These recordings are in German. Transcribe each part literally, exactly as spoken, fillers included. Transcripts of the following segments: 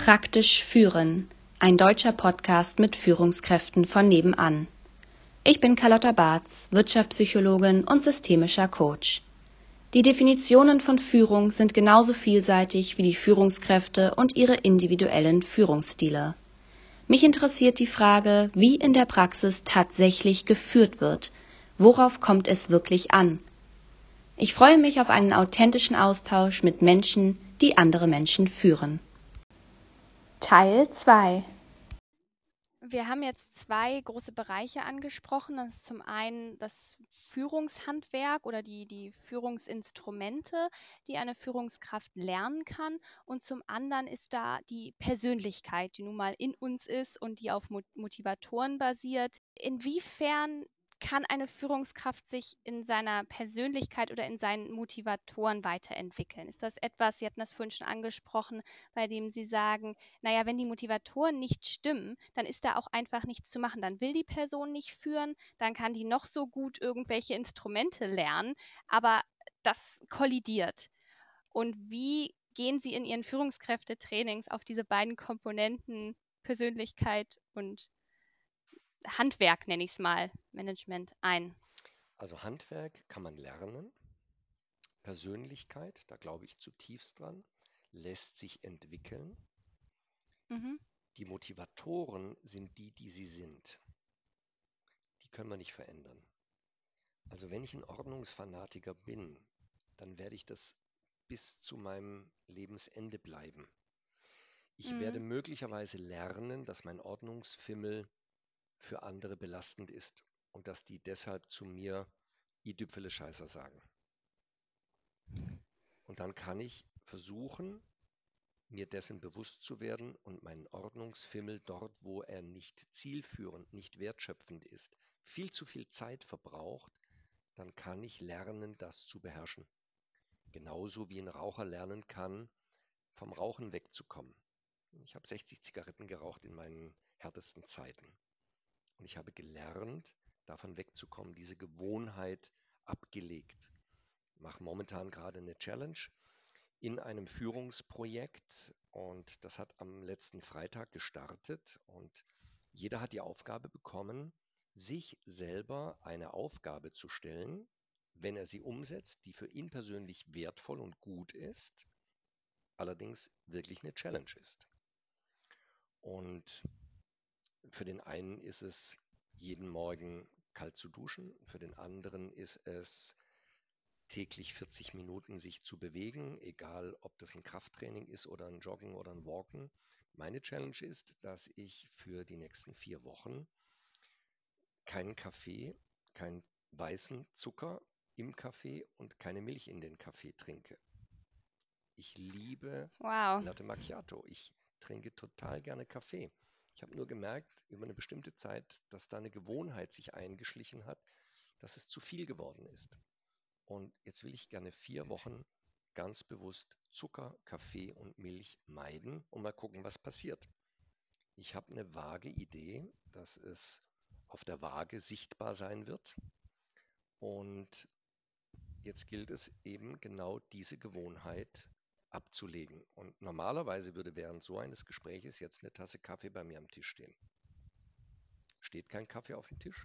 Praktisch führen, ein deutscher Podcast mit Führungskräften von nebenan. Ich bin Carlotta Barz, Wirtschaftspsychologin und systemischer Coach. Die Definitionen von Führung sind genauso vielseitig wie die Führungskräfte und ihre individuellen Führungsstile. Mich interessiert die Frage, wie in der Praxis tatsächlich geführt wird. Worauf kommt es wirklich an? Ich freue mich auf einen authentischen Austausch mit Menschen, die andere Menschen führen. Teil zwei. Wir haben jetzt zwei große Bereiche angesprochen. Das ist zum einen das Führungshandwerk oder die, die Führungsinstrumente, die eine Führungskraft lernen kann. Und zum anderen ist da die Persönlichkeit, die nun mal in uns ist und die auf Motivatoren basiert. Inwiefern kann eine Führungskraft sich in seiner Persönlichkeit oder in seinen Motivatoren weiterentwickeln? Ist das etwas, Sie hatten das vorhin schon angesprochen, bei dem Sie sagen, naja, wenn die Motivatoren nicht stimmen, dann ist da auch einfach nichts zu machen. Dann will die Person nicht führen, dann kann die noch so gut irgendwelche Instrumente lernen, aber das kollidiert. Und wie gehen Sie in Ihren Führungskräftetrainings auf diese beiden Komponenten Persönlichkeit und Handwerk, nenne ich es mal, Management ein? Also Handwerk kann man lernen. Persönlichkeit, da glaube ich zutiefst dran, lässt sich entwickeln. Mhm. Die Motivatoren sind die, die sie sind. Die können wir nicht verändern. Also wenn ich ein Ordnungsfanatiker bin, dann werde ich das bis zu meinem Lebensende bleiben. Ich Mhm. werde möglicherweise lernen, dass mein Ordnungsfimmel für andere belastend ist und dass die deshalb zu mir i Düpfele Scheißer sagen. Und dann kann ich versuchen, mir dessen bewusst zu werden und meinen Ordnungsfimmel dort, wo er nicht zielführend, nicht wertschöpfend ist, viel zu viel Zeit verbraucht, dann kann ich lernen, das zu beherrschen. Genauso wie ein Raucher lernen kann, vom Rauchen wegzukommen. Ich habe sechzig Zigaretten geraucht in meinen härtesten Zeiten. Und ich habe gelernt, davon wegzukommen, diese Gewohnheit abgelegt. Ich mache momentan gerade eine Challenge in einem Führungsprojekt und das hat am letzten Freitag gestartet und jeder hat die Aufgabe bekommen, sich selber eine Aufgabe zu stellen, wenn er sie umsetzt, die für ihn persönlich wertvoll und gut ist, allerdings wirklich eine Challenge ist. Und für den einen ist es, jeden Morgen kalt zu duschen, für den anderen ist es, täglich vierzig Minuten sich zu bewegen, egal ob das ein Krafttraining ist oder ein Joggen oder ein Walken. Meine Challenge ist, dass ich für die nächsten vier Wochen keinen Kaffee, keinen weißen Zucker im Kaffee und keine Milch in den Kaffee trinke. Ich liebe Wow. Latte Macchiato. Ich trinke total gerne Kaffee. Ich habe nur gemerkt, über eine bestimmte Zeit, dass da eine Gewohnheit sich eingeschlichen hat, dass es zu viel geworden ist. Und jetzt will ich gerne vier Wochen ganz bewusst Zucker, Kaffee und Milch meiden und mal gucken, was passiert. Ich habe eine vage Idee, dass es auf der Waage sichtbar sein wird. Und jetzt gilt es eben genau diese Gewohnheit abzulegen. Und normalerweise würde während so eines Gespräches jetzt eine Tasse Kaffee bei mir am Tisch stehen. Steht kein Kaffee auf dem Tisch.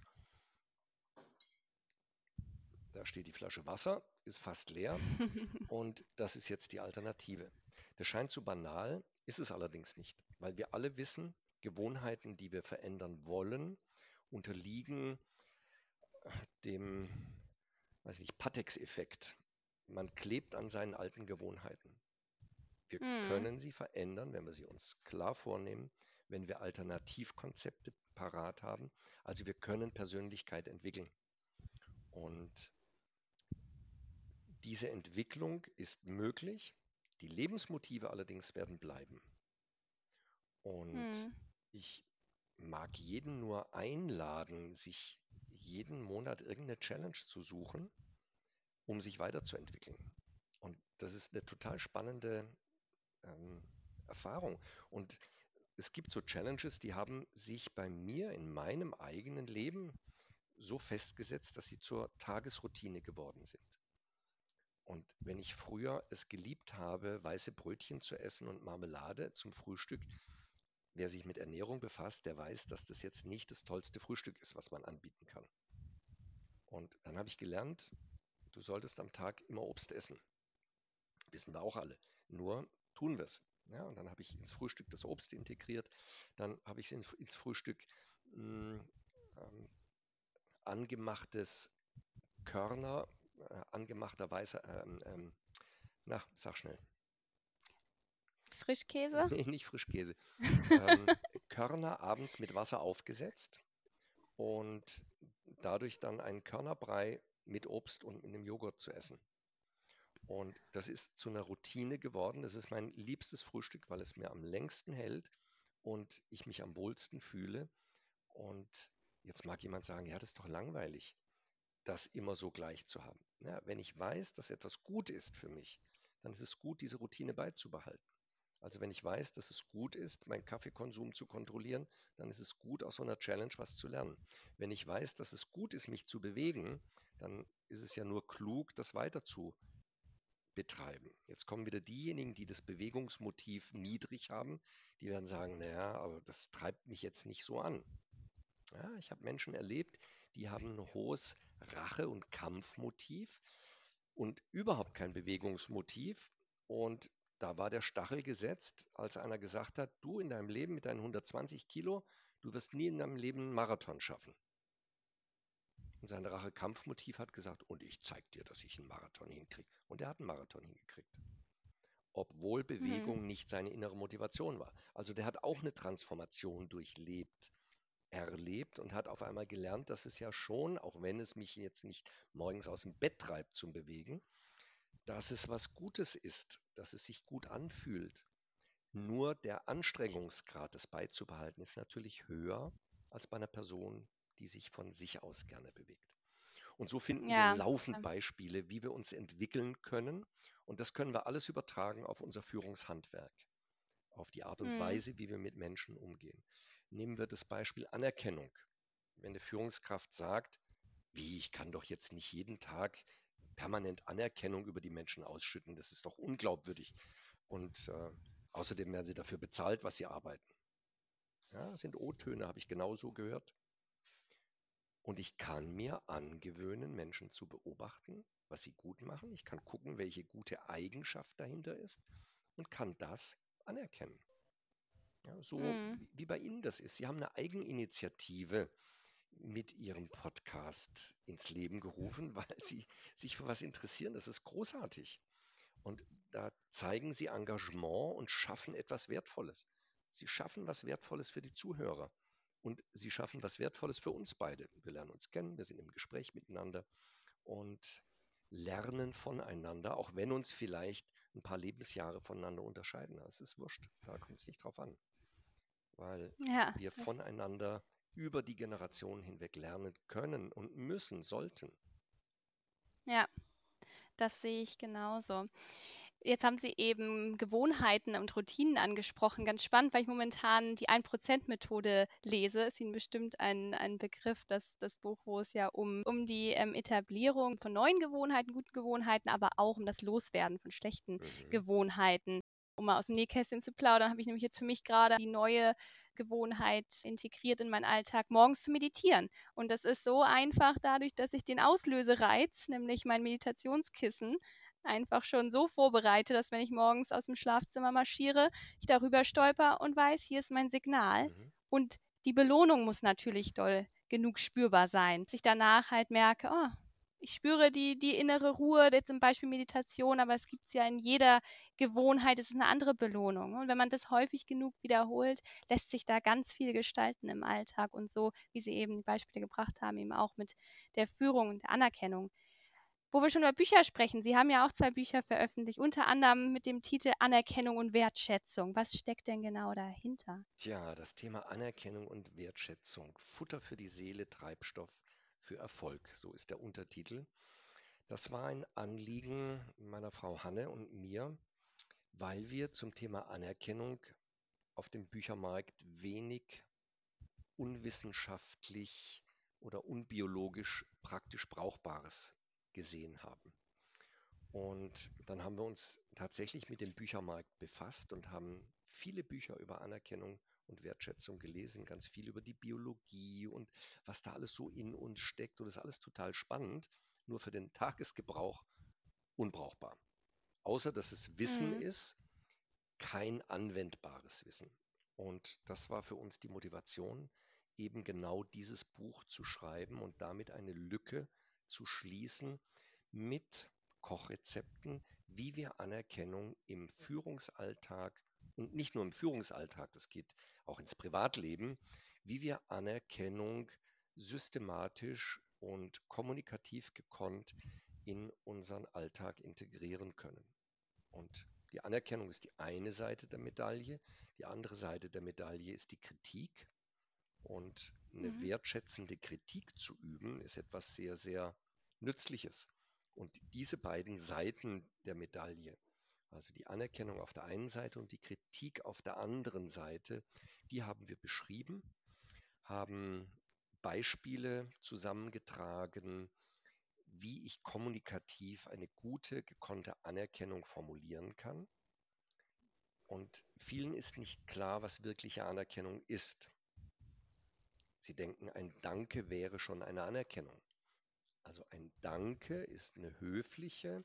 Da steht die Flasche Wasser, ist fast leer und das ist jetzt die Alternative. Das scheint zu banal, ist es allerdings nicht, weil wir alle wissen, Gewohnheiten, die wir verändern wollen, unterliegen dem, weiß nicht, Patex-Effekt. Man klebt an seinen alten Gewohnheiten. Wir Hm. können sie verändern, wenn wir sie uns klar vornehmen, wenn wir Alternativkonzepte parat haben. Also wir können Persönlichkeit entwickeln. Und diese Entwicklung ist möglich, die Lebensmotive allerdings werden bleiben. Und Hm. ich mag jeden nur einladen, sich jeden Monat irgendeine Challenge zu suchen, um sich weiterzuentwickeln. Und das ist eine total spannende ähm, Erfahrung. Und es gibt so Challenges, die haben sich bei mir in meinem eigenen Leben so festgesetzt, dass sie zur Tagesroutine geworden sind. Und wenn ich früher es geliebt habe, weiße Brötchen zu essen und Marmelade zum Frühstück, wer sich mit Ernährung befasst, der weiß, dass das jetzt nicht das tollste Frühstück ist, was man anbieten kann. Und dann habe ich gelernt, du solltest am Tag immer Obst essen. Wissen wir auch alle. Nur tun wir es. Ja, und dann habe ich ins Frühstück das Obst integriert. Dann habe ich ins, ins Frühstück mh, ähm, angemachtes Körner, äh, angemachter weißer, ähm, ähm, na, sag schnell. Frischkäse? Nee, nicht Frischkäse. ähm, Körner abends mit Wasser aufgesetzt und dadurch dann einen Körnerbrei mit Obst und mit einem Joghurt zu essen. Und das ist zu einer Routine geworden. Das ist mein liebstes Frühstück, weil es mir am längsten hält und ich mich am wohlsten fühle. Und jetzt mag jemand sagen, ja, das ist doch langweilig, das immer so gleich zu haben. Ja, wenn ich weiß, dass etwas gut ist für mich, dann ist es gut, diese Routine beizubehalten. Also wenn ich weiß, dass es gut ist, meinen Kaffeekonsum zu kontrollieren, dann ist es gut, aus so einer Challenge was zu lernen. Wenn ich weiß, dass es gut ist, mich zu bewegen, dann ist es ja nur klug, das weiter zu betreiben. Jetzt kommen wieder diejenigen, die das Bewegungsmotiv niedrig haben, die werden sagen, naja, aber das treibt mich jetzt nicht so an. Ja, ich habe Menschen erlebt, die haben ein hohes Rache- und Kampfmotiv und überhaupt kein Bewegungsmotiv. Und da war der Stachel gesetzt, als einer gesagt hat, du in deinem Leben mit deinen hundertzwanzig Kilo, du wirst nie in deinem Leben einen Marathon schaffen. Und sein Rache-Kampfmotiv hat gesagt, und ich zeige dir, dass ich einen Marathon hinkriege. Und er hat einen Marathon hingekriegt. Obwohl Mhm. Bewegung nicht seine innere Motivation war. Also der hat auch eine Transformation durchlebt, erlebt und hat auf einmal gelernt, dass es ja schon, auch wenn es mich jetzt nicht morgens aus dem Bett treibt zum Bewegen, dass es was Gutes ist, dass es sich gut anfühlt. Nur der Anstrengungsgrad, das beizubehalten, ist natürlich höher als bei einer Person, die sich von sich aus gerne bewegt. Und so finden wir Ja, laufend ähm, Beispiele, wie wir uns entwickeln können. Und das können wir alles übertragen auf unser Führungshandwerk, auf die Art und mhm. Weise, wie wir mit Menschen umgehen. Nehmen wir das Beispiel Anerkennung. Wenn eine Führungskraft sagt, wie, ich kann doch jetzt nicht jeden Tag permanent Anerkennung über die Menschen ausschütten, das ist doch unglaubwürdig. Und äh, außerdem werden sie dafür bezahlt, was sie arbeiten. Ja, das sind O-Töne, habe ich genauso gehört. Und ich kann mir angewöhnen, Menschen zu beobachten, was sie gut machen. Ich kann gucken, welche gute Eigenschaft dahinter ist und kann das anerkennen. Ja, so Mhm. wie bei Ihnen das ist. Sie haben eine Eigeninitiative mit Ihrem Podcast ins Leben gerufen, weil Sie sich für was interessieren. Das ist großartig. Und da zeigen Sie Engagement und schaffen etwas Wertvolles. Sie schaffen was Wertvolles für die Zuhörer. Und Sie schaffen was Wertvolles für uns beide. Wir lernen uns kennen, wir sind im Gespräch miteinander und lernen voneinander, auch wenn uns vielleicht ein paar Lebensjahre voneinander unterscheiden. Das ist wurscht, da kommt es nicht drauf an, weil Ja, wir das, voneinander über die Generationen hinweg lernen können und müssen, sollten. ja, das sehe ich genauso. Jetzt haben Sie eben Gewohnheiten und Routinen angesprochen. Ganz spannend, weil ich momentan die ein-Prozent-Methode lese. Ist Ihnen bestimmt ein, ein Begriff, das, das Buch, wo es ja um, um die ähm, Etablierung von neuen Gewohnheiten, guten Gewohnheiten, aber auch um das Loswerden von schlechten Mhm. Gewohnheiten. Um mal aus dem Nähkästchen zu plaudern, habe ich nämlich jetzt für mich gerade die neue Gewohnheit integriert in meinen Alltag, morgens zu meditieren. Und das ist so einfach dadurch, dass ich den Auslösereiz, nämlich mein Meditationskissen, einfach schon so vorbereite, dass wenn ich morgens aus dem Schlafzimmer marschiere, ich darüber stolper und weiß, hier ist mein Signal. Mhm. Und die Belohnung muss natürlich doll genug spürbar sein, dass ich danach halt merke, oh, ich spüre die, die innere Ruhe, jetzt zum Beispiel Meditation, aber es gibt es ja in jeder Gewohnheit, es ist eine andere Belohnung. Und wenn man das häufig genug wiederholt, lässt sich da ganz viel gestalten im Alltag und so, wie Sie eben die Beispiele gebracht haben, eben auch mit der Führung und der Anerkennung. Wo wir schon über Bücher sprechen, Sie haben ja auch zwei Bücher veröffentlicht, unter anderem mit dem Titel Anerkennung und Wertschätzung. Was steckt denn genau dahinter? Tja, das Thema Anerkennung und Wertschätzung. Futter für die Seele, Treibstoff für Erfolg. So ist der Untertitel. Das war ein Anliegen meiner Frau Hanne und mir, weil wir zum Thema Anerkennung auf dem Büchermarkt wenig unwissenschaftlich oder unbiologisch praktisch Brauchbares gesehen haben. Und dann haben wir uns tatsächlich mit dem Büchermarkt befasst und haben viele Bücher über Anerkennung und Wertschätzung gelesen, ganz viel über die Biologie und was da alles so in uns steckt. Und das ist alles total spannend, nur für den Tagesgebrauch unbrauchbar. Außer dass es Wissen Mhm. ist, kein anwendbares Wissen. Und das war für uns die Motivation, eben genau dieses Buch zu schreiben und damit eine Lücke zu schließen mit Kochrezepten, wie wir Anerkennung im Führungsalltag und nicht nur im Führungsalltag, das geht auch ins Privatleben, wie wir Anerkennung systematisch und kommunikativ gekonnt in unseren Alltag integrieren können. Und die Anerkennung ist die eine Seite der Medaille. Die andere Seite der Medaille ist die Kritik. Und eine Mhm. wertschätzende Kritik zu üben, ist etwas sehr, sehr Nützliches. Und diese beiden Seiten der Medaille, also die Anerkennung auf der einen Seite und die Kritik auf der anderen Seite, die haben wir beschrieben, haben Beispiele zusammengetragen, wie ich kommunikativ eine gute, gekonnte Anerkennung formulieren kann. Und vielen ist nicht klar, was wirkliche Anerkennung ist. Sie denken, ein Danke wäre schon eine Anerkennung. Also ein Danke ist eine höfliche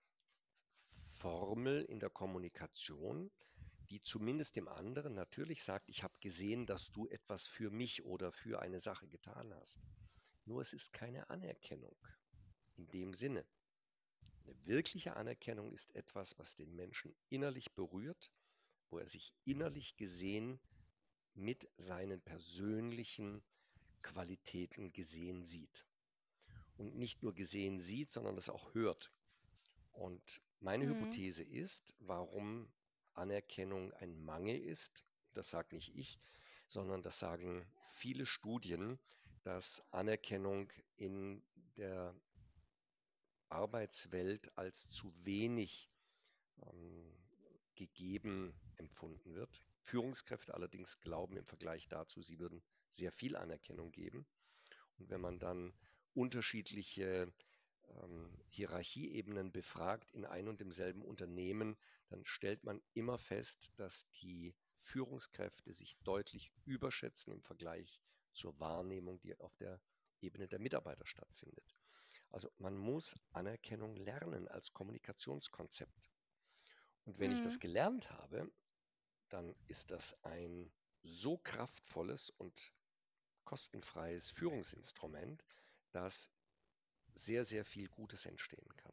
Formel in der Kommunikation, die zumindest dem anderen natürlich sagt, ich habe gesehen, dass du etwas für mich oder für eine Sache getan hast. Nur es ist keine Anerkennung in dem Sinne. Eine wirkliche Anerkennung ist etwas, was den Menschen innerlich berührt, wo er sich innerlich gesehen mit seinen persönlichen Qualitäten gesehen sieht. Und nicht nur gesehen sieht, sondern das auch hört. Und meine Mhm. Hypothese ist, warum Anerkennung ein Mangel ist, das sage nicht ich, sondern das sagen viele Studien, dass Anerkennung in der Arbeitswelt als zu wenig ähm, gegeben empfunden wird. Führungskräfte allerdings glauben im Vergleich dazu, sie würden sehr viel Anerkennung geben. Und wenn man dann unterschiedliche ähm, Hierarchieebenen befragt in ein und demselben Unternehmen, dann stellt man immer fest, dass die Führungskräfte sich deutlich überschätzen im Vergleich zur Wahrnehmung, die auf der Ebene der Mitarbeiter stattfindet. Also man muss Anerkennung lernen als Kommunikationskonzept. Und wenn ich das Mhm. gelernt habe, dann ist das ein so kraftvolles und kostenfreies Führungsinstrument, dass sehr, sehr viel Gutes entstehen kann.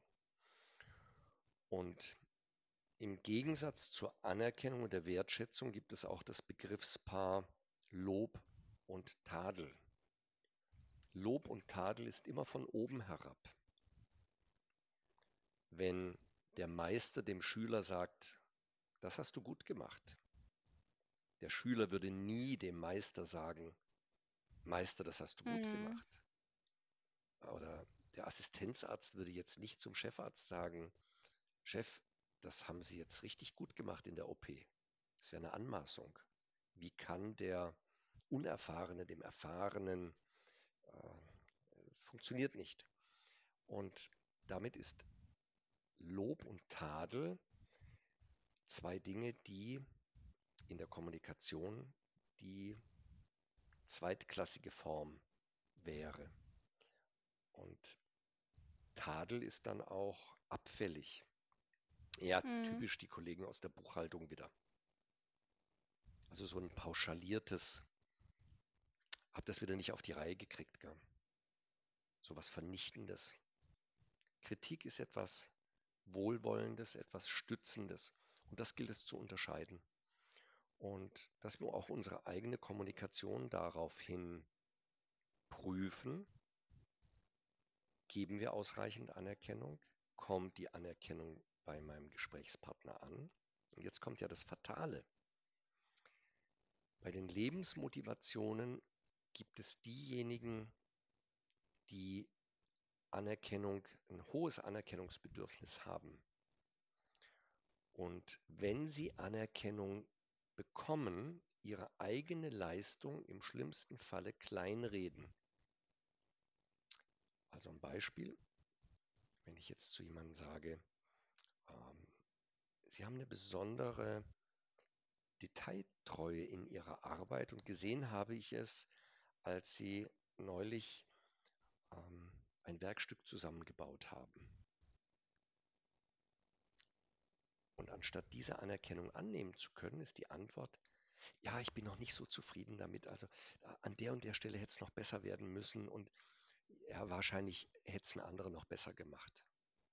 Und im Gegensatz zur Anerkennung und der Wertschätzung gibt es auch das Begriffspaar Lob und Tadel. Lob und Tadel ist immer von oben herab. Wenn der Meister dem Schüler sagt, das hast du gut gemacht. Der Schüler würde nie dem Meister sagen, Meister, das hast du gut Mhm. gemacht. Oder der Assistenzarzt würde jetzt nicht zum Chefarzt sagen, Chef, das haben Sie jetzt richtig gut gemacht in der O P. Das wäre eine Anmaßung. Wie kann der Unerfahrene dem Erfahrenen, äh, es funktioniert nicht. Und damit ist Lob und Tadel zwei Dinge, die in der Kommunikation die zweitklassige Form wäre. Und Tadel ist dann auch abfällig. Ja, Mhm. typisch die Kollegen aus der Buchhaltung wieder. Also so ein pauschaliertes, hab das wieder nicht auf die Reihe gekriegt, gell? So was Vernichtendes. Kritik ist etwas Wohlwollendes, etwas Stützendes. Und das gilt es zu unterscheiden. Und dass wir auch unsere eigene Kommunikation daraufhin prüfen, geben wir ausreichend Anerkennung, kommt die Anerkennung bei meinem Gesprächspartner an. Und jetzt kommt ja das Fatale. Bei den Lebensmotivationen gibt es diejenigen, die Anerkennung, ein hohes Anerkennungsbedürfnis haben. Und wenn sie Anerkennung bekommen, ihre eigene Leistung im schlimmsten Falle kleinreden. Also ein Beispiel, wenn ich jetzt zu jemandem sage, Ähm, Sie haben eine besondere Detailtreue in Ihrer Arbeit und gesehen habe ich es, als Sie neulich ähm, ein Werkstück zusammengebaut haben. Und anstatt diese Anerkennung annehmen zu können, ist die Antwort, ja, ich bin noch nicht so zufrieden damit. Also an der und der Stelle hätte es noch besser werden müssen und ja, wahrscheinlich hätte es ein anderer noch besser gemacht.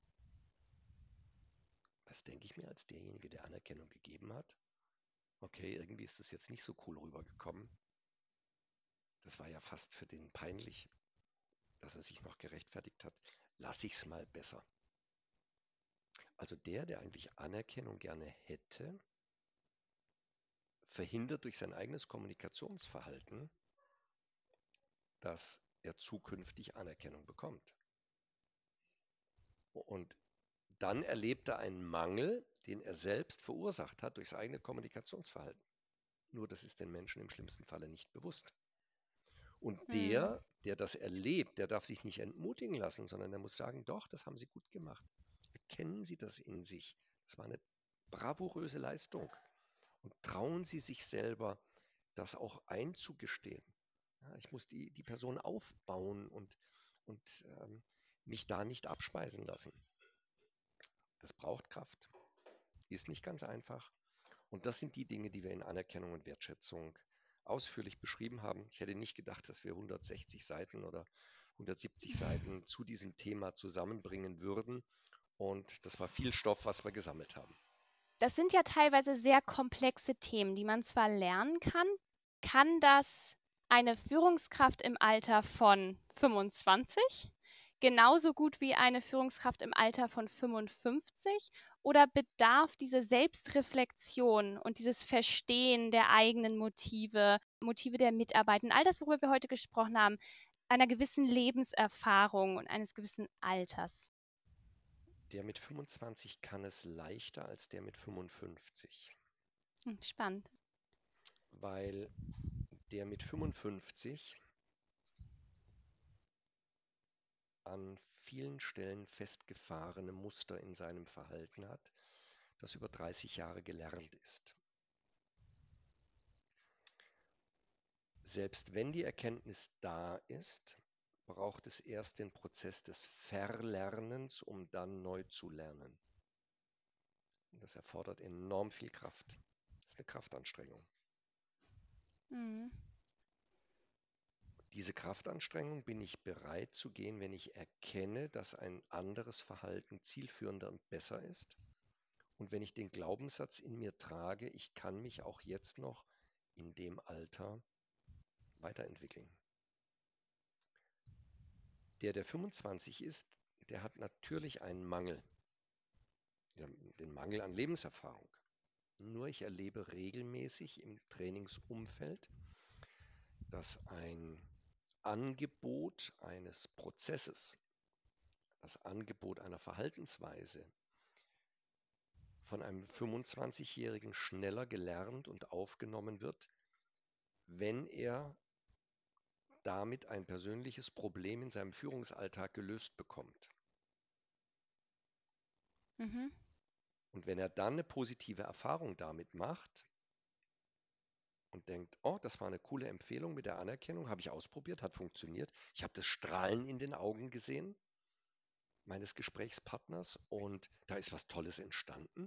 Was denke ich mir als derjenige, der Anerkennung gegeben hat? Okay, irgendwie ist das jetzt nicht so cool rübergekommen. Das war ja fast für den peinlich, dass er sich noch gerechtfertigt hat. Lass ich es mal besser. Also der, der eigentlich Anerkennung gerne hätte, verhindert durch sein eigenes Kommunikationsverhalten, dass er zukünftig Anerkennung bekommt. Und dann erlebt er einen Mangel, den er selbst verursacht hat durch sein eigenes Kommunikationsverhalten. Nur das ist den Menschen im schlimmsten Falle nicht bewusst. Und Mhm. der, der das erlebt, der darf sich nicht entmutigen lassen, sondern er muss sagen, doch, das haben Sie gut gemacht. Erkennen Sie das in sich. Das war eine bravouröse Leistung. Und trauen Sie sich selber, das auch einzugestehen. Ja, ich muss die, die Person aufbauen und, und ähm, mich da nicht abspeisen lassen. Das braucht Kraft. Ist nicht ganz einfach. Und das sind die Dinge, die wir in Anerkennung und Wertschätzung ausführlich beschrieben haben. Ich hätte nicht gedacht, dass wir hundertsechzig Seiten oder hundertsiebzig Seiten zu diesem Thema zusammenbringen würden. Und das war viel Stoff, was wir gesammelt haben. Das sind ja teilweise sehr komplexe Themen, die man zwar lernen kann. Kann das eine Führungskraft im Alter von fünfundzwanzig genauso gut wie eine Führungskraft im Alter von fünfundfünfzig? Oder bedarf diese Selbstreflexion und dieses Verstehen der eigenen Motive, Motive der Mitarbeiter, all das, worüber wir heute gesprochen haben, einer gewissen Lebenserfahrung und eines gewissen Alters? Der mit fünfundzwanzig kann es leichter als der mit fünfundfünfzig, Hm, Spannend. weil der mit fünfundfünfzig an vielen Stellen festgefahrene Muster in seinem Verhalten hat, das über dreißig Jahre gelernt ist. Selbst wenn die Erkenntnis da ist, braucht es erst den Prozess des Verlernens, um dann neu zu lernen. Und das erfordert enorm viel Kraft. Das ist eine Kraftanstrengung. Mhm. Diese Kraftanstrengung bin ich bereit zu gehen, wenn ich erkenne, dass ein anderes Verhalten zielführender und besser ist. Und wenn ich den Glaubenssatz in mir trage, ich kann mich auch jetzt noch in dem Alter weiterentwickeln. Der, der fünfundzwanzig ist, der hat natürlich einen Mangel, den Mangel an Lebenserfahrung. Nur ich erlebe regelmäßig im Trainingsumfeld, dass ein Angebot eines Prozesses, das Angebot einer Verhaltensweise von einem fünfundzwanzigjährigen schneller gelernt und aufgenommen wird, wenn er damit ein persönliches Problem in seinem Führungsalltag gelöst bekommt. Mhm. Und wenn er dann eine positive Erfahrung damit macht und denkt, oh, das war eine coole Empfehlung mit der Anerkennung, habe ich ausprobiert, hat funktioniert. Ich habe das Strahlen in den Augen gesehen meines Gesprächspartners und da ist was Tolles entstanden.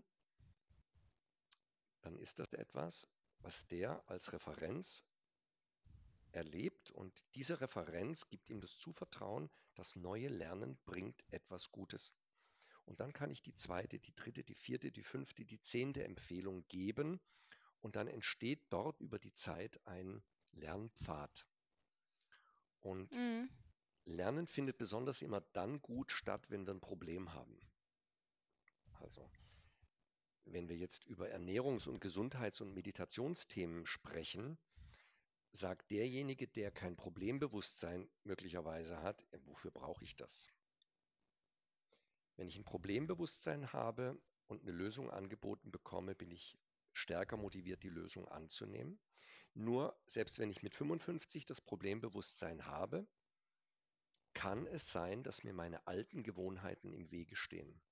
Dann ist das etwas, was der als Referenz erlebt und diese Referenz gibt ihm das Zuvertrauen, das neue Lernen bringt etwas Gutes. Und dann kann ich die zweite, die dritte, die vierte, die fünfte, die zehnte Empfehlung geben und dann entsteht dort über die Zeit ein Lernpfad. Und Mhm. Lernen findet besonders immer dann gut statt, wenn wir ein Problem haben. Also, wenn wir jetzt über Ernährungs- und Gesundheits- und Meditationsthemen sprechen, sagt derjenige, der kein Problembewusstsein möglicherweise hat, wofür brauche ich das? Wenn ich ein Problembewusstsein habe und eine Lösung angeboten bekomme, bin ich stärker motiviert, die Lösung anzunehmen. Nur, selbst wenn ich mit fünfundfünfzig das Problembewusstsein habe, kann es sein, dass mir meine alten Gewohnheiten im Wege stehen.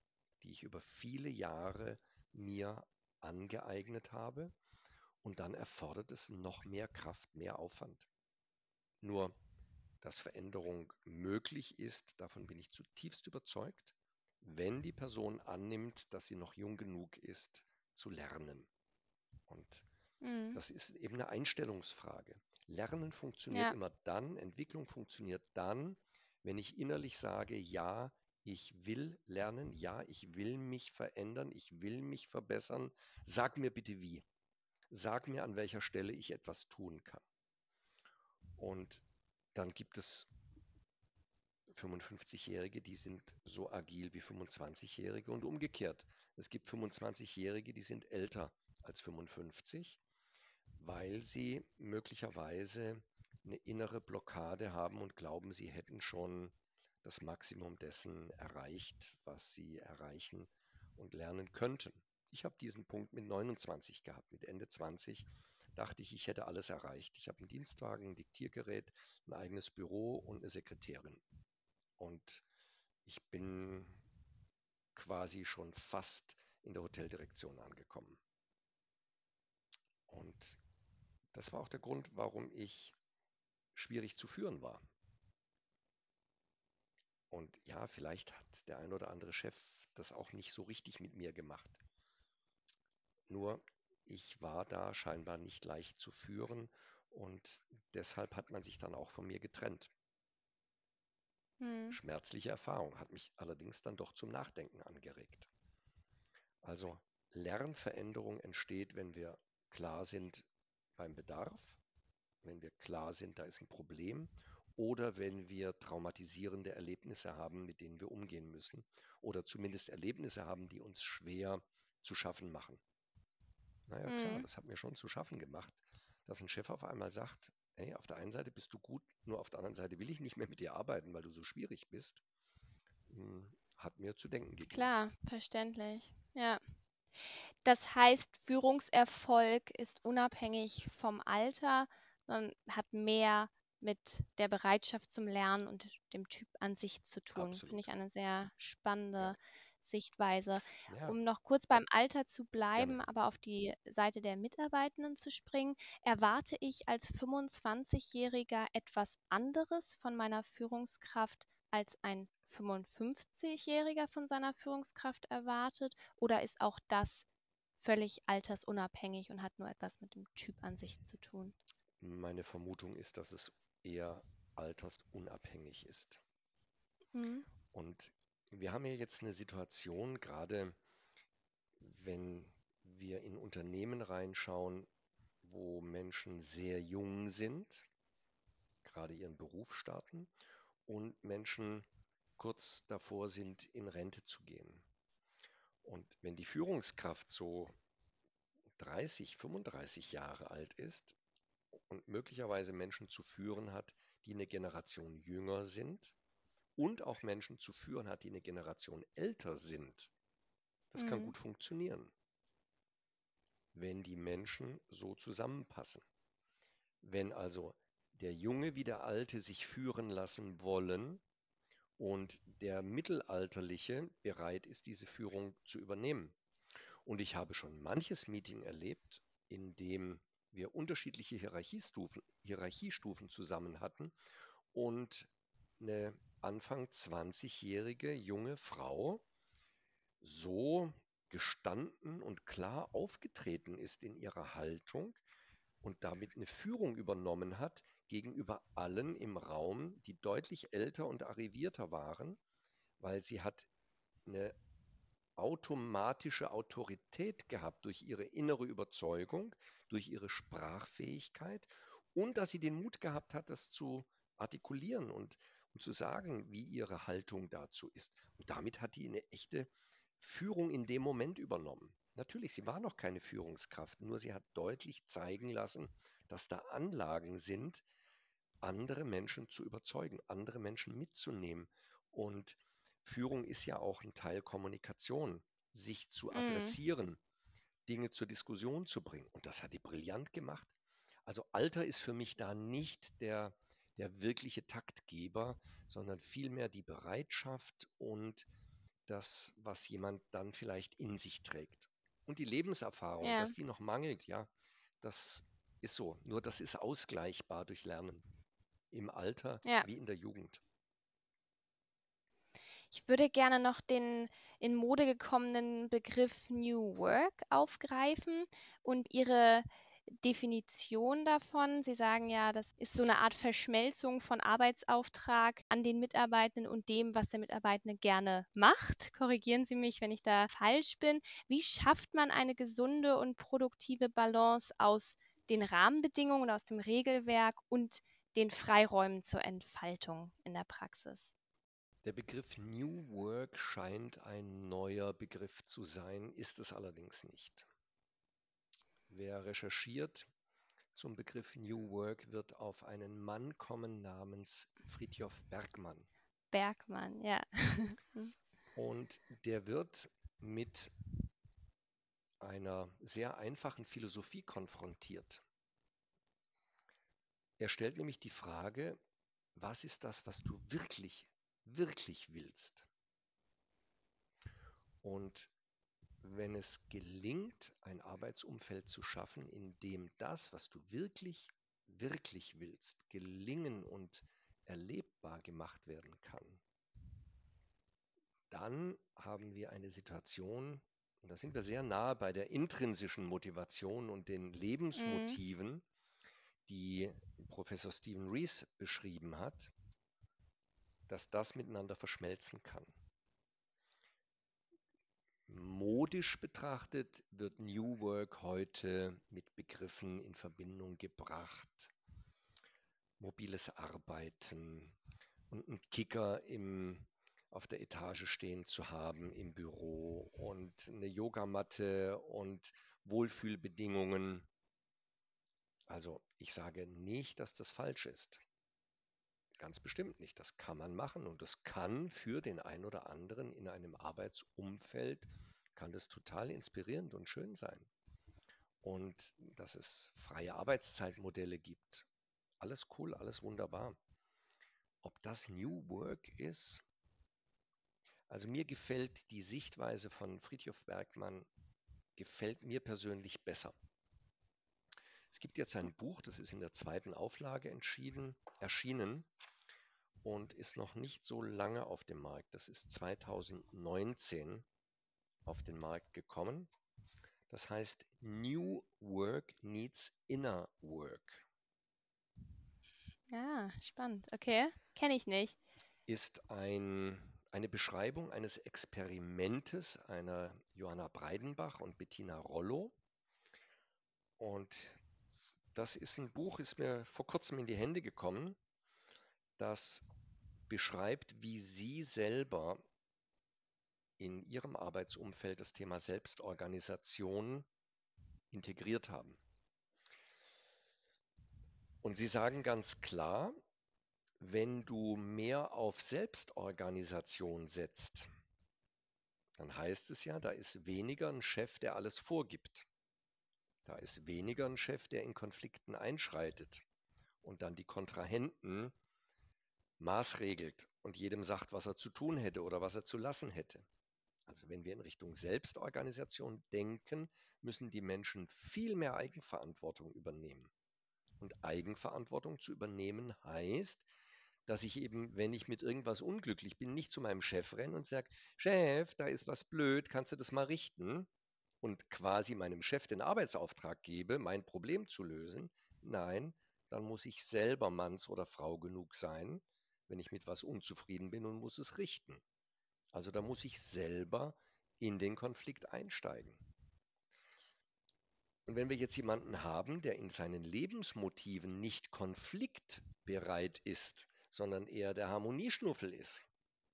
die ich über viele Jahre mir angeeignet habe. Und dann erfordert es noch mehr Kraft, mehr Aufwand. Nur, dass Veränderung möglich ist, davon bin ich zutiefst überzeugt, wenn die Person annimmt, dass sie noch jung genug ist, zu lernen. Und Mhm. das ist eben eine Einstellungsfrage. Lernen funktioniert Ja. immer dann, Entwicklung funktioniert dann, wenn ich innerlich sage, ja, ich will lernen, ja, ich will mich verändern, ich will mich verbessern. Sag mir bitte wie. Sag mir, an welcher Stelle ich etwas tun kann. Und dann gibt es fünfundfünfzigjährige, die sind so agil wie fünfundzwanzigjährige und umgekehrt. Es gibt fünfundzwanzigjährige, die sind älter als fünfundfünfzig, weil sie möglicherweise eine innere Blockade haben und glauben, sie hätten schon das Maximum dessen erreicht, was sie erreichen und lernen könnten. Ich habe diesen Punkt mit neunundzwanzig gehabt. Mit Ende zwanzig dachte ich, ich hätte alles erreicht. Ich habe einen Dienstwagen, ein Diktiergerät, ein eigenes Büro und eine Sekretärin. Und ich bin quasi schon fast in der Hoteldirektion angekommen. Und das war auch der Grund, warum ich schwierig zu führen war. Und ja, vielleicht hat der ein oder andere Chef das auch nicht so richtig mit mir gemacht. Nur ich war da scheinbar nicht leicht zu führen und deshalb hat man sich dann auch von mir getrennt. Mhm. Schmerzliche Erfahrung, hat mich allerdings dann doch zum Nachdenken angeregt. Also Lernveränderung entsteht, wenn wir klar sind beim Bedarf, wenn wir klar sind, da ist ein Problem, oder wenn wir traumatisierende Erlebnisse haben, mit denen wir umgehen müssen, oder zumindest Erlebnisse haben, die uns schwer zu schaffen machen. Naja, klar, Mhm. das hat mir schon zu schaffen gemacht, dass ein Chef auf einmal sagt, hey, auf der einen Seite bist du gut, nur auf der anderen Seite will ich nicht mehr mit dir arbeiten, weil du so schwierig bist. Hm, Hat mir zu denken gegeben. Klar, verständlich. Ja. Das heißt, Führungserfolg ist unabhängig vom Alter, sondern hat mehr mit der Bereitschaft zum Lernen und dem Typ an sich zu tun. Finde Absolut. ich eine sehr spannende Ja, Sichtweise. ja, Um noch kurz beim Alter zu gerne. bleiben, aber auf die Seite der Mitarbeitenden zu springen, erwarte ich als fünfundzwanzigjähriger etwas anderes von meiner Führungskraft als ein fünfundfünfzigjähriger von seiner Führungskraft erwartet? Oder ist auch das völlig altersunabhängig und hat nur etwas mit dem Typ an sich zu tun? Meine Vermutung ist, dass es eher altersunabhängig ist. Mhm. Und wir haben ja jetzt eine Situation, gerade wenn wir in Unternehmen reinschauen, wo Menschen sehr jung sind, gerade ihren Beruf starten, und Menschen kurz davor sind, in Rente zu gehen. Und wenn die Führungskraft so dreißig, fünfunddreißig Jahre alt ist und möglicherweise Menschen zu führen hat, die eine Generation jünger sind und auch Menschen zu führen hat, die eine Generation älter sind, das kann Mhm. gut funktionieren, wenn die Menschen so zusammenpassen. Wenn also der Junge wie der Alte sich führen lassen wollen und der Mittelalterliche bereit ist, diese Führung zu übernehmen. Und ich habe schon manches Meeting erlebt, in dem wir unterschiedliche Hierarchiestufen, Hierarchiestufen zusammen hatten und eine Anfang zwanzigjährige junge Frau so gestanden und klar aufgetreten ist in ihrer Haltung und damit eine Führung übernommen hat gegenüber allen im Raum, die deutlich älter und arrivierter waren, weil sie hat eine automatische Autorität gehabt durch ihre innere Überzeugung, durch ihre Sprachfähigkeit und dass sie den Mut gehabt hat, das zu artikulieren und, und zu sagen, wie ihre Haltung dazu ist. Und damit hat die eine echte Führung in dem Moment übernommen. Natürlich, sie war noch keine Führungskraft, nur sie hat deutlich zeigen lassen, dass da Anlagen sind, andere Menschen zu überzeugen, andere Menschen mitzunehmen. Und Führung ist ja auch ein Teil Kommunikation, sich zu Mhm. adressieren, Dinge zur Diskussion zu bringen. Und das hat die brillant gemacht. Also Alter ist für mich da nicht der, der wirkliche Taktgeber, sondern vielmehr die Bereitschaft und das, was jemand dann vielleicht in sich trägt. Und die Lebenserfahrung, Ja, dass die noch mangelt, ja, das ist so. Nur das ist ausgleichbar durch Lernen im Alter ja. wie in der Jugend. Ich würde gerne noch den in Mode gekommenen Begriff New Work aufgreifen und Ihre Definition davon. Sie sagen ja, das ist so eine Art Verschmelzung von Arbeitsauftrag an den Mitarbeitenden und dem, was der Mitarbeitende gerne macht. Korrigieren Sie mich, wenn ich da falsch bin. Wie schafft man eine gesunde und produktive Balance aus den Rahmenbedingungen, aus dem Regelwerk und den Freiräumen zur Entfaltung in der Praxis? Der Begriff New Work scheint ein neuer Begriff zu sein, ist es allerdings nicht. Wer recherchiert zum Begriff New Work, wird auf einen Mann kommen namens Fridtjof Bergmann. Bergmann, ja. Und der wird mit einer sehr einfachen Philosophie konfrontiert. Er stellt nämlich die Frage, was ist das, was du wirklich, wirklich willst? Und wenn es gelingt, ein Arbeitsumfeld zu schaffen, in dem das, was du wirklich, wirklich willst, gelingen und erlebbar gemacht werden kann, dann haben wir eine Situation, und da sind wir sehr nahe bei der intrinsischen Motivation und den Mhm. Lebensmotiven, die Professor Stephen Rees beschrieben hat, dass das miteinander verschmelzen kann. Modisch betrachtet wird New Work heute mit Begriffen in Verbindung gebracht. Mobiles Arbeiten und einen Kicker im, auf der Etage stehen zu haben im Büro und eine Yogamatte und Wohlfühlbedingungen. Also ich sage nicht, dass das falsch ist. Ganz bestimmt nicht. Das kann man machen und das kann für den einen oder anderen in einem Arbeitsumfeld, kann das total inspirierend und schön sein. Und dass es freie Arbeitszeitmodelle gibt. Alles cool, alles wunderbar. Ob das New Work ist? Also mir gefällt die Sichtweise von Fridtjof Bergmann, gefällt mir persönlich besser. Es gibt jetzt ein Buch, das ist in der zweiten Auflage entschieden, erschienen und ist noch nicht so lange auf dem Markt. Das ist zweitausendneunzehn auf den Markt gekommen. Das heißt New Work Needs Inner Work. Ja, spannend. Okay, kenne ich nicht. Ist ein, eine Beschreibung eines Experimentes einer Johanna Breidenbach und Bettina Rollo. Und das ist ein Buch, ist mir vor kurzem in die Hände gekommen, das beschreibt, wie sie selber in ihrem Arbeitsumfeld das Thema Selbstorganisation integriert haben. Und sie sagen ganz klar, wenn du mehr auf Selbstorganisation setzt, dann heißt es ja, da ist weniger ein Chef, der alles vorgibt. Da ist weniger ein Chef, der in Konflikten einschreitet und dann die Kontrahenten maßregelt und jedem sagt, was er zu tun hätte oder was er zu lassen hätte. Also wenn wir in Richtung Selbstorganisation denken, müssen die Menschen viel mehr Eigenverantwortung übernehmen. Und Eigenverantwortung zu übernehmen heißt, dass ich eben, wenn ich mit irgendwas unglücklich bin, nicht zu meinem Chef renne und sage, Chef, da ist was blöd, kannst du das mal richten? Und quasi meinem Chef den Arbeitsauftrag gebe, mein Problem zu lösen. Nein, dann muss ich selber Manns oder Frau genug sein, wenn ich mit was unzufrieden bin und muss es richten. Also da muss ich selber in den Konflikt einsteigen. Und wenn wir jetzt jemanden haben, der in seinen Lebensmotiven nicht konfliktbereit ist, sondern eher der Harmonieschnuffel ist,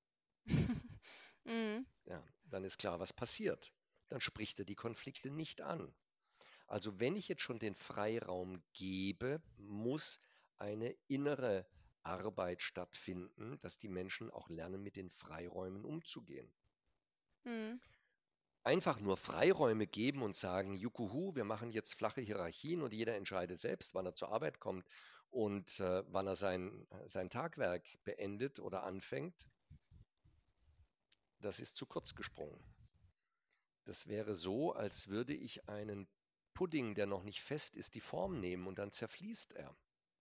Mhm. ja, dann ist klar, was passiert. Dann spricht er die Konflikte nicht an. Also wenn ich jetzt schon den Freiraum gebe, muss eine innere Arbeit stattfinden, dass die Menschen auch lernen, mit den Freiräumen umzugehen. Mhm. Einfach nur Freiräume geben und sagen, jukuhu, wir machen jetzt flache Hierarchien und jeder entscheidet selbst, wann er zur Arbeit kommt und äh, wann er sein, sein Tagwerk beendet oder anfängt, das ist zu kurz gesprungen. Das wäre so, als würde ich einen Pudding, der noch nicht fest ist, die Form nehmen und dann zerfließt er.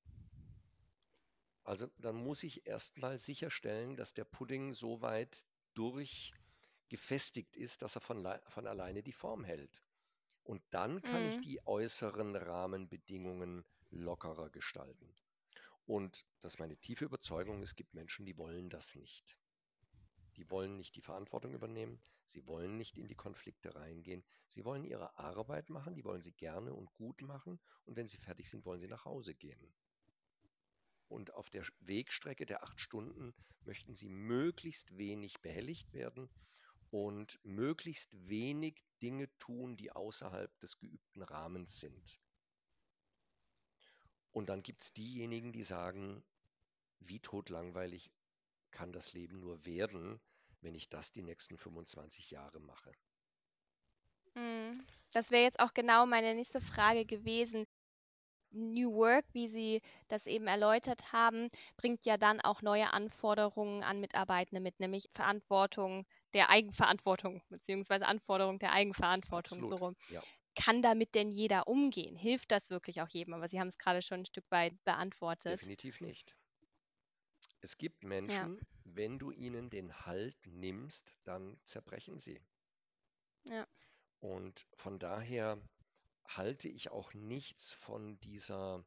Also dann muss ich erstmal sicherstellen, dass der Pudding so weit durchgefestigt ist, dass er von, von alleine die Form hält. Und dann kann ich Mhm. die äußeren Rahmenbedingungen lockerer gestalten. Und das ist meine tiefe Überzeugung, es gibt Menschen, die wollen das nicht. Die wollen nicht die Verantwortung übernehmen, sie wollen nicht in die Konflikte reingehen, sie wollen ihre Arbeit machen, die wollen sie gerne und gut machen und wenn sie fertig sind, wollen sie nach Hause gehen. Und auf der Wegstrecke der acht Stunden möchten sie möglichst wenig behelligt werden und möglichst wenig Dinge tun, die außerhalb des geübten Rahmens sind. Und dann gibt es diejenigen, die sagen, wie totlangweilig kann das Leben nur werden, wenn ich das die nächsten fünfundzwanzig Jahre mache. Mhm. Das wäre jetzt auch genau meine nächste Frage gewesen. New Work, wie Sie das eben erläutert haben, bringt ja dann auch neue Anforderungen an Mitarbeitende mit, nämlich Verantwortung der Eigenverantwortung beziehungsweise Anforderung der Eigenverantwortung, so Absolut, rum. ja. Kann damit denn jeder umgehen? Hilft das wirklich auch jedem? Aber Sie haben es gerade schon ein Stück weit beantwortet. Definitiv nicht. Es gibt Ja. Menschen, wenn du ihnen den Halt nimmst, dann zerbrechen sie. Ja. Und von daher halte ich auch nichts von dieser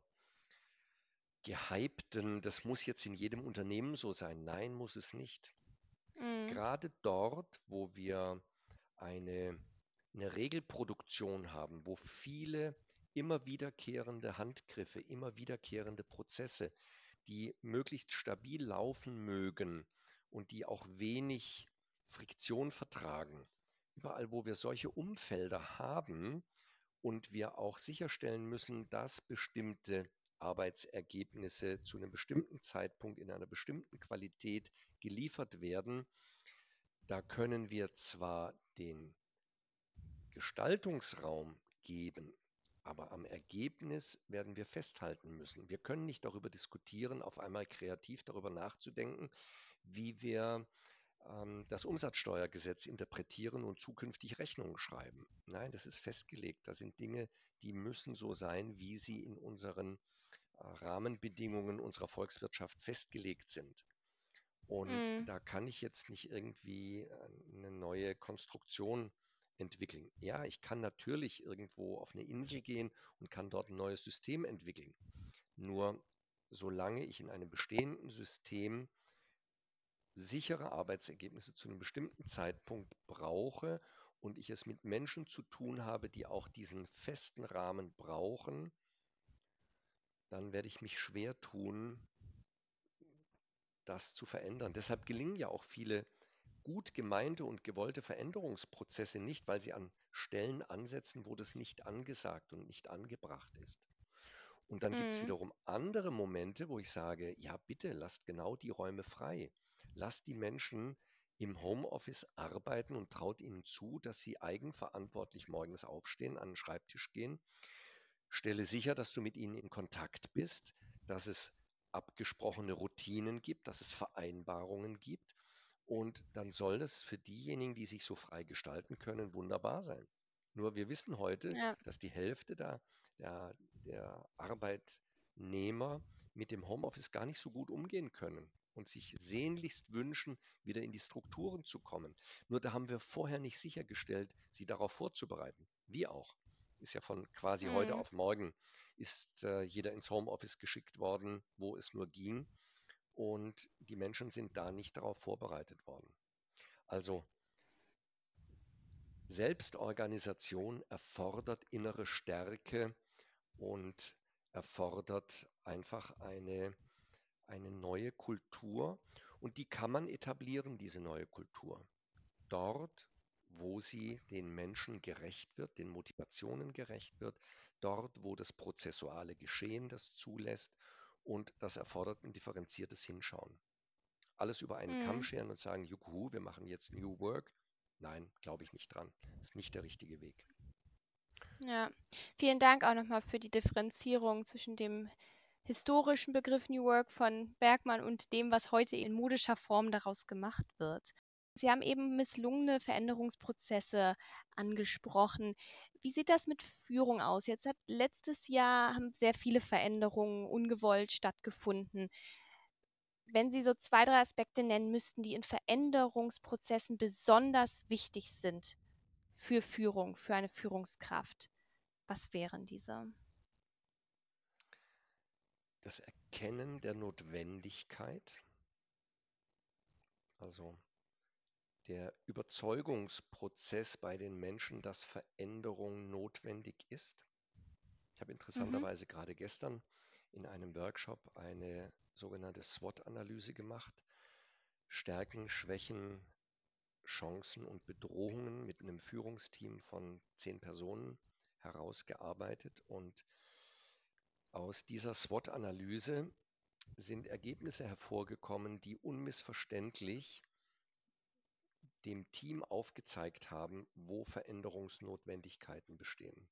gehypten, das muss jetzt in jedem Unternehmen so sein. Nein, muss es nicht. Mhm. Gerade dort, wo wir eine, eine Regelproduktion haben, wo viele immer wiederkehrende Handgriffe, immer wiederkehrende Prozesse, die möglichst stabil laufen mögen und die auch wenig Friktion vertragen. Überall, wo wir solche Umfelder haben und wir auch sicherstellen müssen, dass bestimmte Arbeitsergebnisse zu einem bestimmten Zeitpunkt in einer bestimmten Qualität geliefert werden, da können wir zwar den Gestaltungsraum geben, aber am Ergebnis werden wir festhalten müssen. Wir können nicht darüber diskutieren, auf einmal kreativ darüber nachzudenken, wie wir ähm, das Umsatzsteuergesetz interpretieren und zukünftig Rechnungen schreiben. Nein, das ist festgelegt. Das sind Dinge, die müssen so sein, wie sie in unseren äh, Rahmenbedingungen unserer Volkswirtschaft festgelegt sind. Und Mhm. da kann ich jetzt nicht irgendwie eine neue Konstruktion entwickeln. Ja, ich kann natürlich irgendwo auf eine Insel gehen und kann dort ein neues System entwickeln. Nur solange ich in einem bestehenden System sichere Arbeitsergebnisse zu einem bestimmten Zeitpunkt brauche und ich es mit Menschen zu tun habe, die auch diesen festen Rahmen brauchen, dann werde ich mich schwer tun, das zu verändern. Deshalb gelingen ja auch viele gut gemeinte und gewollte Veränderungsprozesse nicht, weil sie an Stellen ansetzen, wo das nicht angesagt und nicht angebracht ist. Und dann gibt es Mhm. wiederum andere Momente, wo ich sage, ja bitte, lasst genau die Räume frei. Lasst die Menschen im Homeoffice arbeiten und traut ihnen zu, dass sie eigenverantwortlich morgens aufstehen, an den Schreibtisch gehen. Stelle sicher, dass du mit ihnen in Kontakt bist, dass es abgesprochene Routinen gibt, dass es Vereinbarungen gibt. Und dann soll das für diejenigen, die sich so frei gestalten können, wunderbar sein. Nur wir wissen heute, Ja. dass die Hälfte der, der, der Arbeitnehmer mit dem Homeoffice gar nicht so gut umgehen können und sich sehnlichst wünschen, wieder in die Strukturen zu kommen. Nur da haben wir vorher nicht sichergestellt, sie darauf vorzubereiten. Wie auch. Ist ja von quasi heute Mhm. auf morgen ist äh, jeder ins Homeoffice geschickt worden, wo es nur ging. Und die Menschen sind da nicht darauf vorbereitet worden. Also Selbstorganisation erfordert innere Stärke und erfordert einfach eine, eine neue Kultur. Und die kann man etablieren, diese neue Kultur. Dort, wo sie den Menschen gerecht wird, den Motivationen gerecht wird, dort, wo das prozessuale Geschehen das zulässt und das erfordert ein differenziertes Hinschauen. Alles über einen Kamm Mhm. scheren und sagen, juhu, wir machen jetzt New Work. Nein, glaube ich nicht dran. Das ist nicht der richtige Weg. Ja. Vielen Dank auch nochmal für die Differenzierung zwischen dem historischen Begriff New Work von Bergmann und dem, was heute in modischer Form daraus gemacht wird. Sie haben eben misslungene Veränderungsprozesse angesprochen. Wie sieht das mit Führung aus? Jetzt hat letztes Jahr haben sehr viele Veränderungen ungewollt stattgefunden. Wenn Sie so zwei, drei Aspekte nennen müssten, die in Veränderungsprozessen besonders wichtig sind für Führung, für eine Führungskraft, was wären diese? Das Erkennen der Notwendigkeit, also der Überzeugungsprozess bei den Menschen, dass Veränderung notwendig ist. Ich habe Mhm. interessanterweise gerade gestern in einem Workshop eine sogenannte SWOT-Analyse gemacht. Stärken, Schwächen, Chancen und Bedrohungen mit einem Führungsteam von zehn Personen herausgearbeitet. Und aus dieser SWOT-Analyse sind Ergebnisse hervorgekommen, die unmissverständlich dem Team aufgezeigt haben, wo Veränderungsnotwendigkeiten bestehen.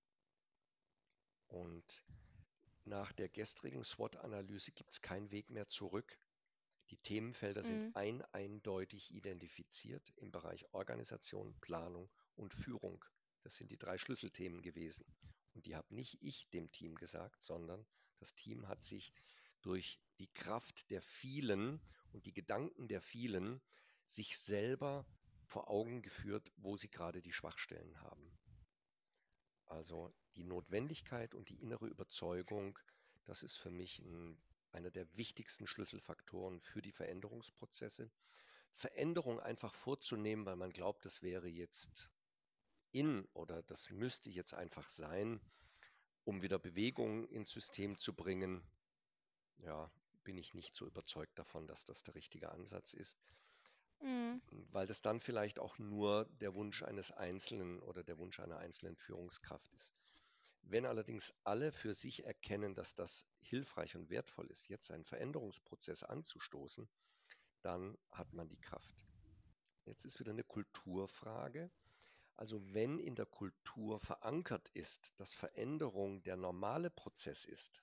Und nach der gestrigen SWOT-Analyse gibt es keinen Weg mehr zurück. Die Themenfelder sind Mhm. ein eindeutig identifiziert im Bereich Organisation, Planung und Führung. Das sind die drei Schlüsselthemen gewesen. Und die habe nicht ich dem Team gesagt, sondern das Team hat sich durch die Kraft der vielen und die Gedanken der vielen sich selber vor Augen geführt, wo sie gerade die Schwachstellen haben. Also die Notwendigkeit und die innere Überzeugung, das ist für mich ein, einer der wichtigsten Schlüsselfaktoren für die Veränderungsprozesse. Veränderung einfach vorzunehmen, weil man glaubt, das wäre jetzt in oder das müsste jetzt einfach sein, um wieder Bewegung ins System zu bringen, ja, bin ich nicht so überzeugt davon, dass das der richtige Ansatz ist, Mhm. weil das dann vielleicht auch nur der Wunsch eines Einzelnen oder der Wunsch einer einzelnen Führungskraft ist. Wenn allerdings alle für sich erkennen, dass das hilfreich und wertvoll ist, jetzt einen Veränderungsprozess anzustoßen, dann hat man die Kraft. Jetzt ist wieder eine Kulturfrage. Also wenn in der Kultur verankert ist, dass Veränderung der normale Prozess ist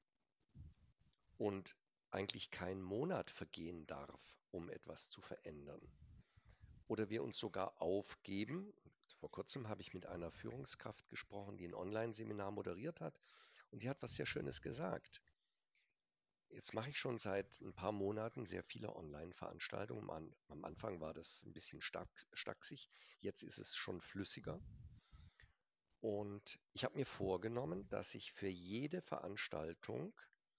und eigentlich kein Monat vergehen darf, um etwas zu verändern, oder wir uns sogar aufgeben. Vor kurzem habe ich mit einer Führungskraft gesprochen, die ein Online-Seminar moderiert hat, und die hat was sehr Schönes gesagt. Jetzt mache ich schon seit ein paar Monaten sehr viele Online-Veranstaltungen. Am, am Anfang war das ein bisschen stacksig, jetzt ist es schon flüssiger. Und ich habe mir vorgenommen, dass ich für jede Veranstaltung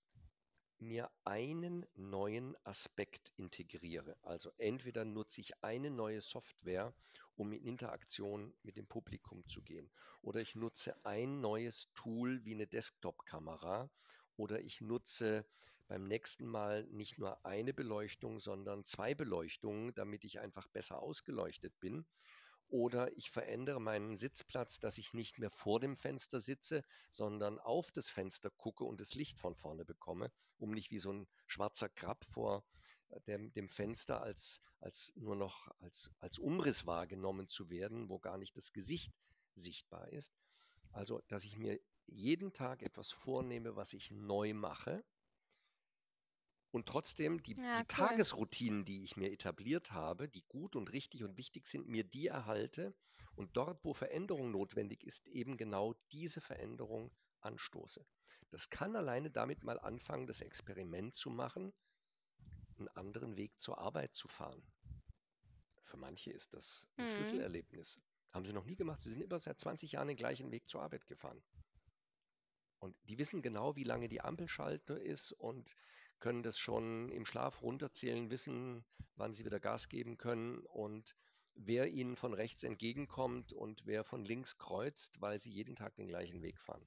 mir einen neuen Aspekt integriere. Also entweder nutze ich eine neue Software, um in Interaktion mit dem Publikum zu gehen, oder ich nutze ein neues Tool wie eine Desktop-Kamera, oder ich nutze beim nächsten Mal nicht nur eine Beleuchtung, sondern zwei Beleuchtungen, damit ich einfach besser ausgeleuchtet bin. Oder ich verändere meinen Sitzplatz, dass ich nicht mehr vor dem Fenster sitze, sondern auf das Fenster gucke und das Licht von vorne bekomme, um nicht wie so ein schwarzer Krab vor dem, dem Fenster als, als nur noch als, als Umriss wahrgenommen zu werden, wo gar nicht das Gesicht sichtbar ist. Also, dass ich mir jeden Tag etwas vornehme, was ich neu mache, und trotzdem die, Ja, die cool. Tagesroutinen, die ich mir etabliert habe, die gut und richtig und wichtig sind, mir die erhalte und dort, wo Veränderung notwendig ist, eben genau diese Veränderung anstoße. Das kann alleine damit mal anfangen, das Experiment zu machen, einen anderen Weg zur Arbeit zu fahren. Für manche ist das ein Mhm. Schlüsselerlebnis. Haben sie noch nie gemacht. Sie sind immer seit zwanzig Jahren den gleichen Weg zur Arbeit gefahren. Und die wissen genau, wie lange die Ampelschalter ist und können das schon im Schlaf runterzählen, wissen, wann sie wieder Gas geben können und wer ihnen von rechts entgegenkommt und wer von links kreuzt, weil sie jeden Tag den gleichen Weg fahren.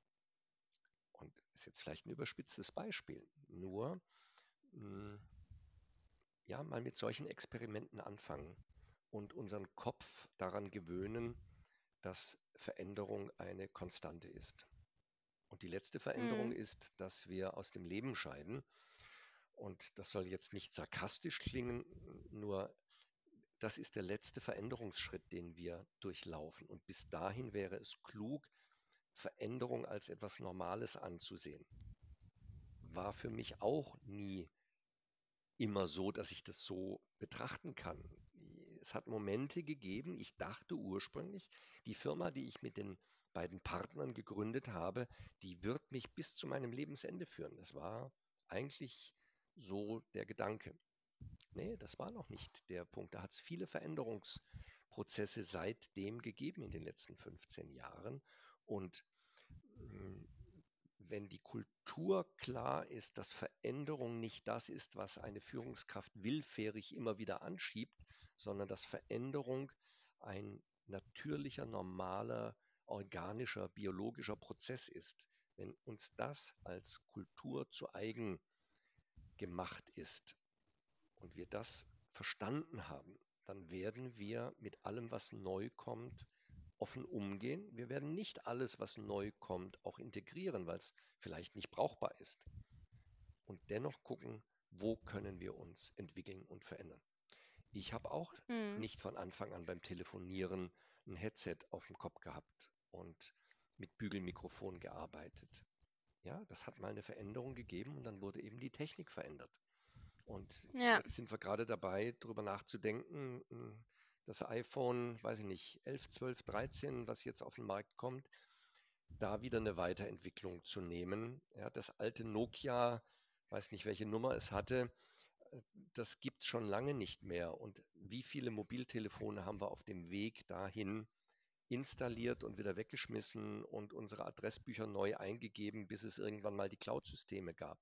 Und das ist jetzt vielleicht ein überspitztes Beispiel. Nur, mh, ja, mal mit solchen Experimenten anfangen und unseren Kopf daran gewöhnen, dass Veränderung eine Konstante ist. Und die letzte Veränderung Mhm. ist, dass wir aus dem Leben scheiden. Und das soll jetzt nicht sarkastisch klingen, nur das ist der letzte Veränderungsschritt, den wir durchlaufen. Und bis dahin wäre es klug, Veränderung als etwas Normales anzusehen. War für mich auch nie immer so, dass ich das so betrachten kann. Es hat Momente gegeben, ich dachte ursprünglich, die Firma, die ich mit den beiden Partnern gegründet habe, die wird mich bis zu meinem Lebensende führen. Das war eigentlich so der Gedanke. Nee, das war noch nicht der Punkt. Da hat es viele Veränderungsprozesse seitdem gegeben in den letzten fünfzehn Jahren. Und mh, wenn die Kultur klar ist, dass Veränderung nicht das ist, was eine Führungskraft willfährig immer wieder anschiebt, sondern dass Veränderung ein natürlicher, normaler, organischer, biologischer Prozess ist. Wenn uns das als Kultur zu eigen gemacht ist und wir das verstanden haben, dann werden wir mit allem, was neu kommt, offen umgehen. Wir werden nicht alles, was neu kommt, auch integrieren, weil es vielleicht nicht brauchbar ist. Und dennoch gucken, wo können wir uns entwickeln und verändern. Ich habe auch Hm. nicht von Anfang an beim Telefonieren ein Headset auf dem Kopf gehabt und mit Bügelmikrofon gearbeitet. Ja, das hat mal eine Veränderung gegeben und dann wurde eben die Technik verändert. Und Ja. jetzt sind wir gerade dabei, darüber nachzudenken, das iPhone, weiß ich nicht, elf, zwölf, dreizehn, was jetzt auf den Markt kommt, da wieder eine Weiterentwicklung zu nehmen. Ja, das alte Nokia, weiß nicht, welche Nummer es hatte, das gibt es schon lange nicht mehr. Und wie viele Mobiltelefone haben wir auf dem Weg dahin installiert und wieder weggeschmissen und unsere Adressbücher neu eingegeben, bis es irgendwann mal die Cloud-Systeme gab.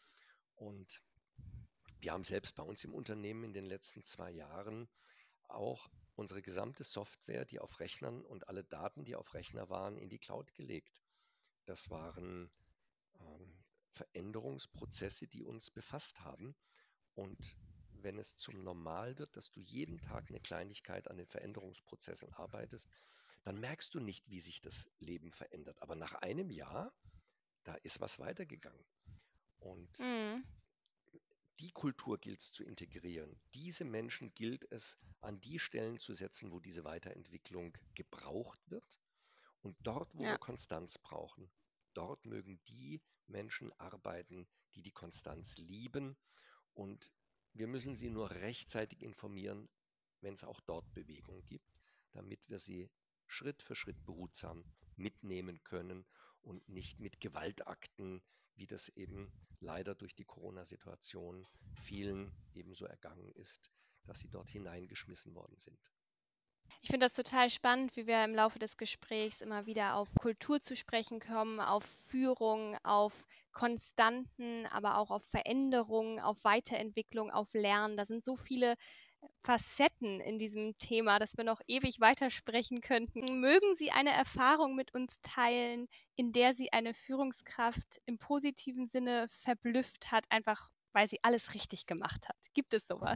Und wir haben selbst bei uns im Unternehmen in den letzten zwei Jahren auch unsere gesamte Software, die auf Rechnern und alle Daten, die auf Rechner waren, in die Cloud gelegt. Das waren ähm, Veränderungsprozesse, die uns befasst haben. Und wenn es zum Normal wird, dass du jeden Tag eine Kleinigkeit an den Veränderungsprozessen arbeitest, dann merkst du nicht, wie sich das Leben verändert. Aber nach einem Jahr, da ist was weitergegangen. Und Hm. die Kultur gilt es zu integrieren. Diese Menschen gilt es, an die Stellen zu setzen, wo diese Weiterentwicklung gebraucht wird. Und dort, wo Ja. wir Konstanz brauchen, dort mögen die Menschen arbeiten, die die Konstanz lieben. Und wir müssen sie nur rechtzeitig informieren, wenn es auch dort Bewegung gibt, damit wir sie Schritt für Schritt behutsam mitnehmen können und nicht mit Gewaltakten, wie das eben leider durch die Corona-Situation vielen ebenso ergangen ist, dass sie dort hineingeschmissen worden sind. Ich finde das total spannend, wie wir im Laufe des Gesprächs immer wieder auf Kultur zu sprechen kommen, auf Führung, auf Konstanten, aber auch auf Veränderungen, auf Weiterentwicklung, auf Lernen. Da sind so viele Facetten in diesem Thema, dass wir noch ewig weitersprechen könnten. Mögen Sie eine Erfahrung mit uns teilen, in der Sie eine Führungskraft im positiven Sinne verblüfft hat, einfach weil sie alles richtig gemacht hat? Gibt es sowas?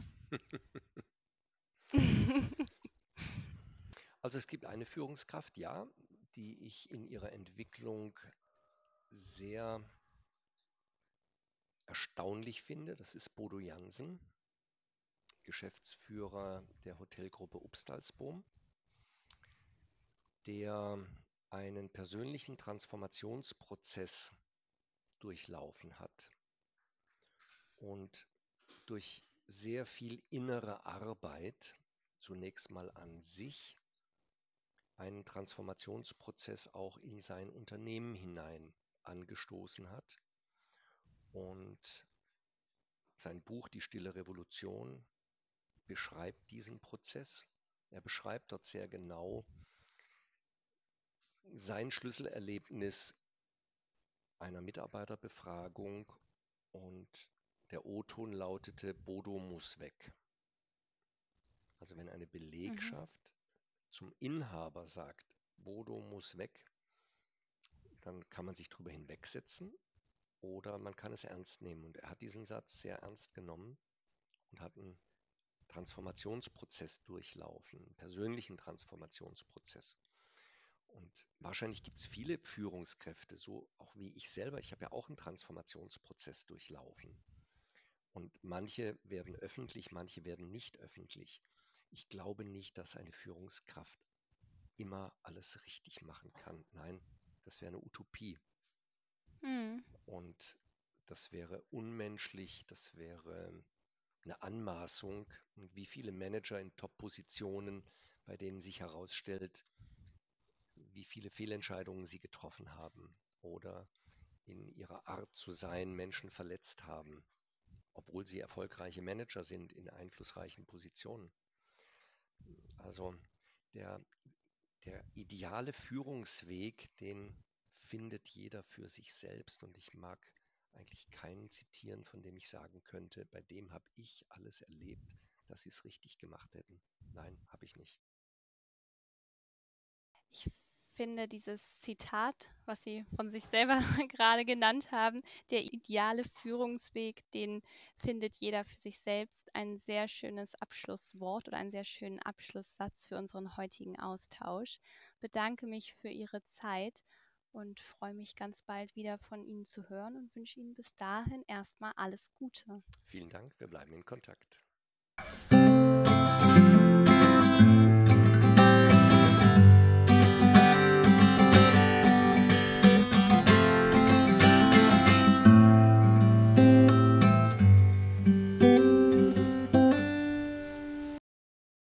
Also es gibt eine Führungskraft, ja, die ich in ihrer Entwicklung sehr erstaunlich finde. Das ist Bodo Jansen, Geschäftsführer der Hotelgruppe Upstalsboom, der einen persönlichen Transformationsprozess durchlaufen hat und durch sehr viel innere Arbeit, zunächst mal an sich, einen Transformationsprozess auch in sein Unternehmen hinein angestoßen hat. Und sein Buch Die Stille Revolution beschreibt diesen Prozess. Er beschreibt dort sehr genau sein Schlüsselerlebnis einer Mitarbeiterbefragung und der O-Ton lautete, Bodo muss weg. Also wenn eine Belegschaft mhm. zum Inhaber sagt, Bodo muss weg, dann kann man sich darüber hinwegsetzen oder man kann es ernst nehmen. Und er hat diesen Satz sehr ernst genommen und hat einen Transformationsprozess durchlaufen, einen persönlichen Transformationsprozess. Und wahrscheinlich gibt es viele Führungskräfte, so auch wie ich selber. Ich habe ja auch einen Transformationsprozess durchlaufen. Und manche werden öffentlich, manche werden nicht öffentlich. Ich glaube nicht, dass eine Führungskraft immer alles richtig machen kann. Nein, das wäre eine Utopie. Mhm. Und das wäre unmenschlich, das wäre eine Anmaßung. Und wie viele Manager in Top-Positionen, bei denen sich herausstellt, wie viele Fehlentscheidungen sie getroffen haben oder in ihrer Art zu sein Menschen verletzt haben, obwohl sie erfolgreiche Manager sind in einflussreichen Positionen. Also der, der ideale Führungsweg, den findet jeder für sich selbst, und ich mag eigentlich keinen zitieren, von dem ich sagen könnte, bei dem habe ich alles erlebt, dass sie es richtig gemacht hätten. Nein, habe ich nicht. Ich finde dieses Zitat, was Sie von sich selber gerade genannt haben, der ideale Führungsweg, den findet jeder für sich selbst, ein sehr schönes Abschlusswort oder einen sehr schönen Abschlusssatz für unseren heutigen Austausch. Bedanke mich für Ihre Zeit und freue mich ganz bald wieder von Ihnen zu hören und wünsche Ihnen bis dahin erstmal alles Gute. Vielen Dank, wir bleiben in Kontakt.